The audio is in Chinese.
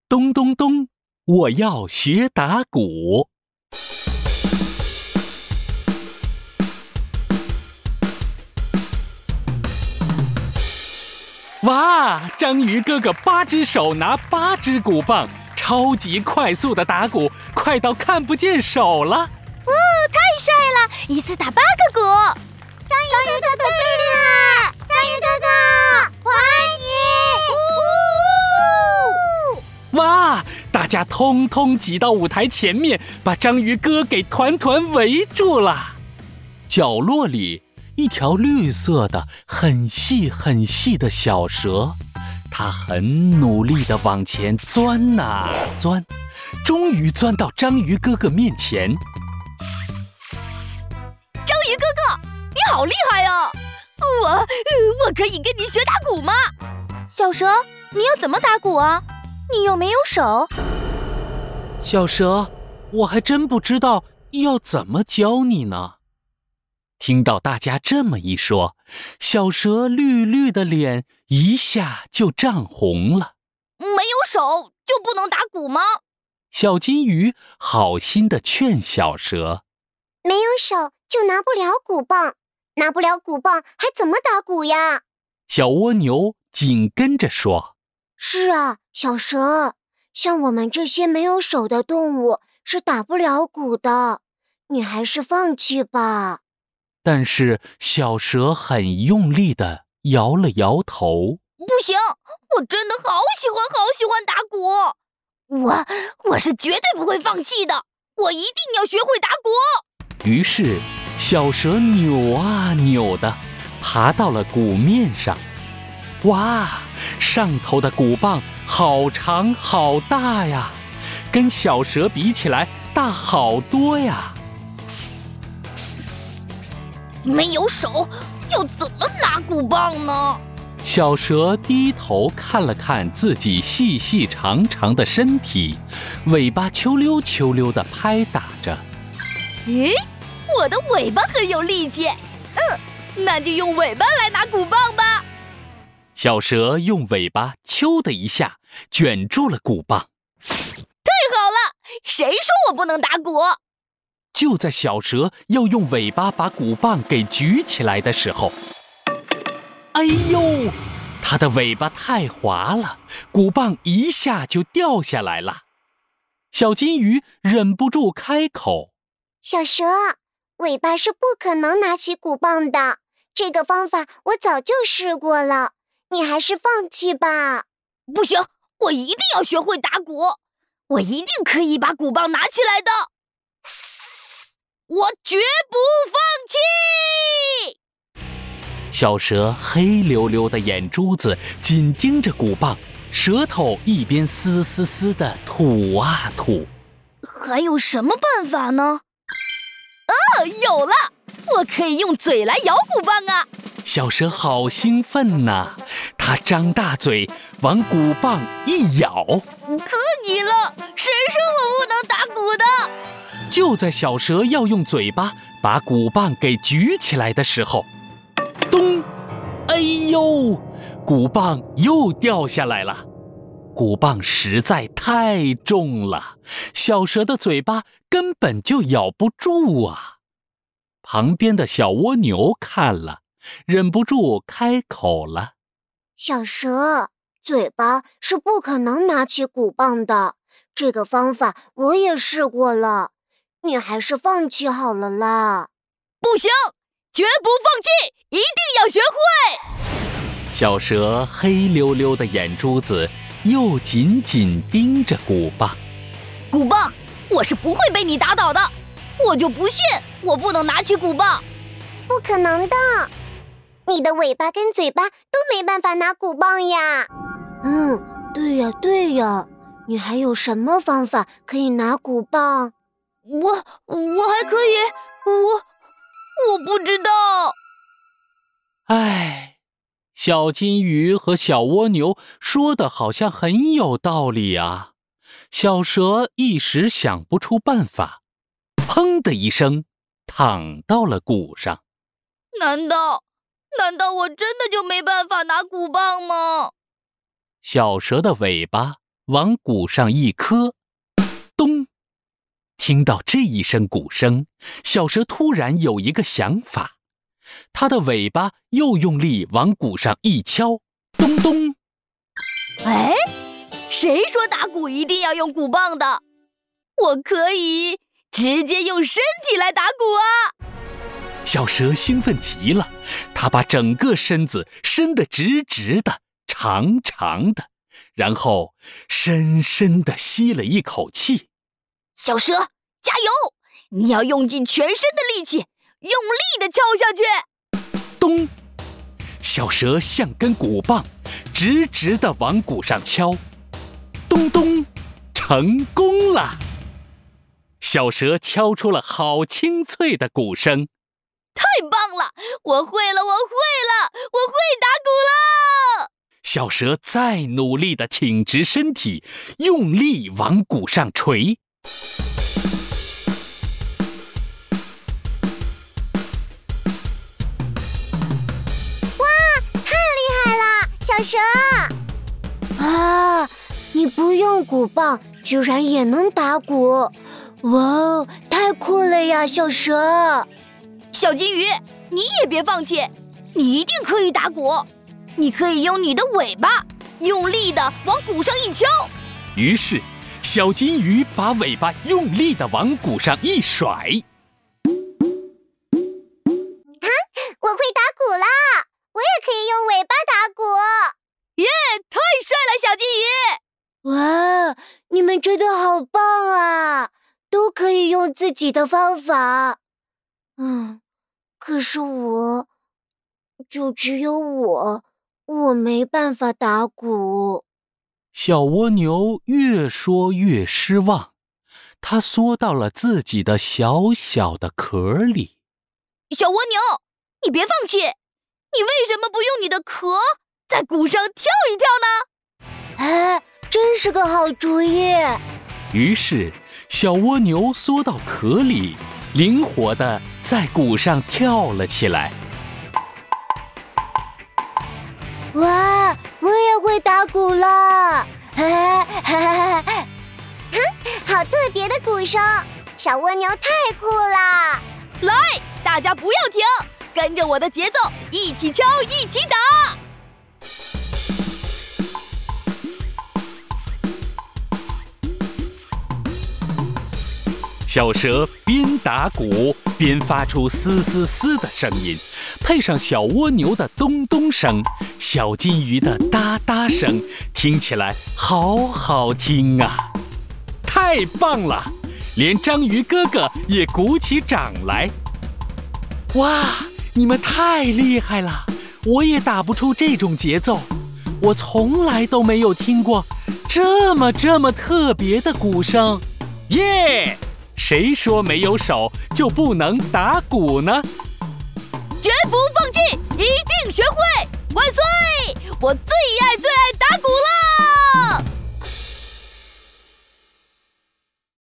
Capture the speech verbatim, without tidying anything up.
咚咚咚，我要学打鼓。哇，章鱼哥哥八只手拿八只鼓棒，超级快速的打鼓，快到看不见手了。 哇，太帅了！一次打八个鼓。章鱼哥哥最厉害！章鱼哥哥，我爱你！ 呜呜！哇，大家通通挤到舞台前面，把章鱼哥给团团围住了。角落里，一条绿色的、很细很细的小蛇，它很努力地往前钻啊钻，终于钻到章鱼哥哥面前。 章鱼哥哥，你好厉害哦！我我可以跟你学打鼓吗？小蛇，你要怎么打鼓啊？你又没有手。 小蛇，我还真不知道要怎么教你呢。听到大家这么一说，小蛇绿绿的脸一下就涨红了。 没有手就不能打鼓吗？ 小金鱼好心地劝小蛇， 没有手就拿不了鼓棒，拿不了鼓棒还怎么打鼓呀？ 小蜗牛紧跟着说， 是啊，小蛇，像我们这些没有手的动物是打不了鼓的，你还是放弃吧。 但是小蛇很用力地摇了摇头。 不行，我真的好喜欢好喜欢打鼓，我我是绝对不会放弃的，我一定要学会打鼓。 于是小蛇扭啊扭的爬到了鼓面上。哇，上头的鼓棒好长好大呀，跟小蛇比起来大好多呀。 没有手，要怎么拿鼓棒呢？ 小蛇低头看了看自己细细长长的身体，尾巴秋溜秋溜地拍打着。 咦，我的尾巴很有力气，嗯，那就用尾巴来拿鼓棒吧。 小蛇用尾巴啾的一下卷住了鼓棒。 太好了，谁说我不能打鼓？ 就在小蛇要用尾巴把鼓棒给举起来的时候，哎呦，它的尾巴太滑了，鼓棒一下就掉下来了。小金鱼忍不住开口， 小蛇，尾巴是不可能拿起鼓棒的，这个方法我早就试过了，你还是放弃吧。 不行，我一定要学会打鼓，我一定可以把鼓棒拿起来的。我绝不放弃！ 小蛇黑溜溜的眼珠子紧盯着鼓棒，舌头一边嘶嘶嘶的吐啊吐。 还有什么办法呢？哦，有了！我可以用嘴来摇鼓棒啊！ 小蛇好兴奋呐，它张大嘴往鼓棒一咬。 可以了，谁说我不能打鼓的？ 就在小蛇要用嘴巴把鼓棒给举起来的时候，咚！哎呦，鼓棒又掉下来了。鼓棒实在太重了，小蛇的嘴巴根本就咬不住啊。旁边的小蜗牛看了，忍不住开口了： 小蛇，嘴巴是不可能拿起鼓棒的，这个方法我也试过了，你还是放弃好了啦。 不行，绝不放弃，一定要学会。 小蛇黑溜溜的眼珠子又紧紧盯着鼓棒。 鼓棒，我是不会被你打倒的，我就不信我不能拿起鼓棒。 不可能的，你的尾巴跟嘴巴都没办法拿鼓棒呀。嗯，对呀对呀，你还有什么方法可以拿鼓棒？ 我我还可以，我我不知道。 唉，小金鱼和小蜗牛说的好像很有道理啊。小蛇一时想不出办法，砰的一声躺到了鼓上。 难道难道我真的就没办法拿鼓棒吗？ 小蛇的尾巴往鼓上一磕，咚！听到这一声鼓声，小蛇突然有一个想法，它的尾巴又用力往鼓上一敲，咚咚！ 哎，谁说打鼓一定要用鼓棒的？我可以直接用身体来打鼓啊！ 小蛇兴奋极了，它把整个身子伸得直直的、长长的，然后深深地吸了一口气。 小蛇，加油！你要用尽全身的力气，用力地敲下去。 咚！小蛇像根鼓棒，直直地往鼓上敲。咚咚！成功了！小蛇敲出了好清脆的鼓声。 太棒了！我会了，我会了，我会打鼓了！ 小蛇再努力地挺直身体，用力往鼓上捶。 哇，太厉害了，小蛇！啊，你不用鼓棒，居然也能打鼓！哇哦，太酷了呀，小蛇！ 小金鱼，你也别放弃，你一定可以打鼓。你可以用你的尾巴用力地往鼓上一敲。 于是，小金鱼把尾巴用力地往鼓上一甩。 啊，我会打鼓啦！我也可以用尾巴打鼓。 耶，太帅了，小金鱼！ 哇，你们真的好棒啊！都可以用自己的方法。嗯，可是我，就只有我，我没办法打鼓。 小蜗牛越说越失望，它缩到了自己的小小的壳里。 小蜗牛，你别放弃，你为什么不用你的壳在鼓上跳一跳呢？ 哎，真是个好主意。 于是，小蜗牛缩到壳里，灵活地在鼓上跳了起来。 哇，我也会打鼓了！哈哈哈！好特别的鼓声，小蜗牛太酷了！ 来，大家不要停，跟着我的节奏，一起敲，一起打。 小蛇边打鼓边发出嘶嘶嘶的声音，配上小蜗牛的咚咚声，小金鱼的哒哒声，听起来好好听啊！太棒了，连章鱼哥哥也鼓起掌来。哇，你们太厉害了，我也打不出这种节奏，我从来都没有听过这么这么特别的鼓声。耶！谁说没有手就不能打鼓呢？ 绝不放弃，一定学会！万岁！我最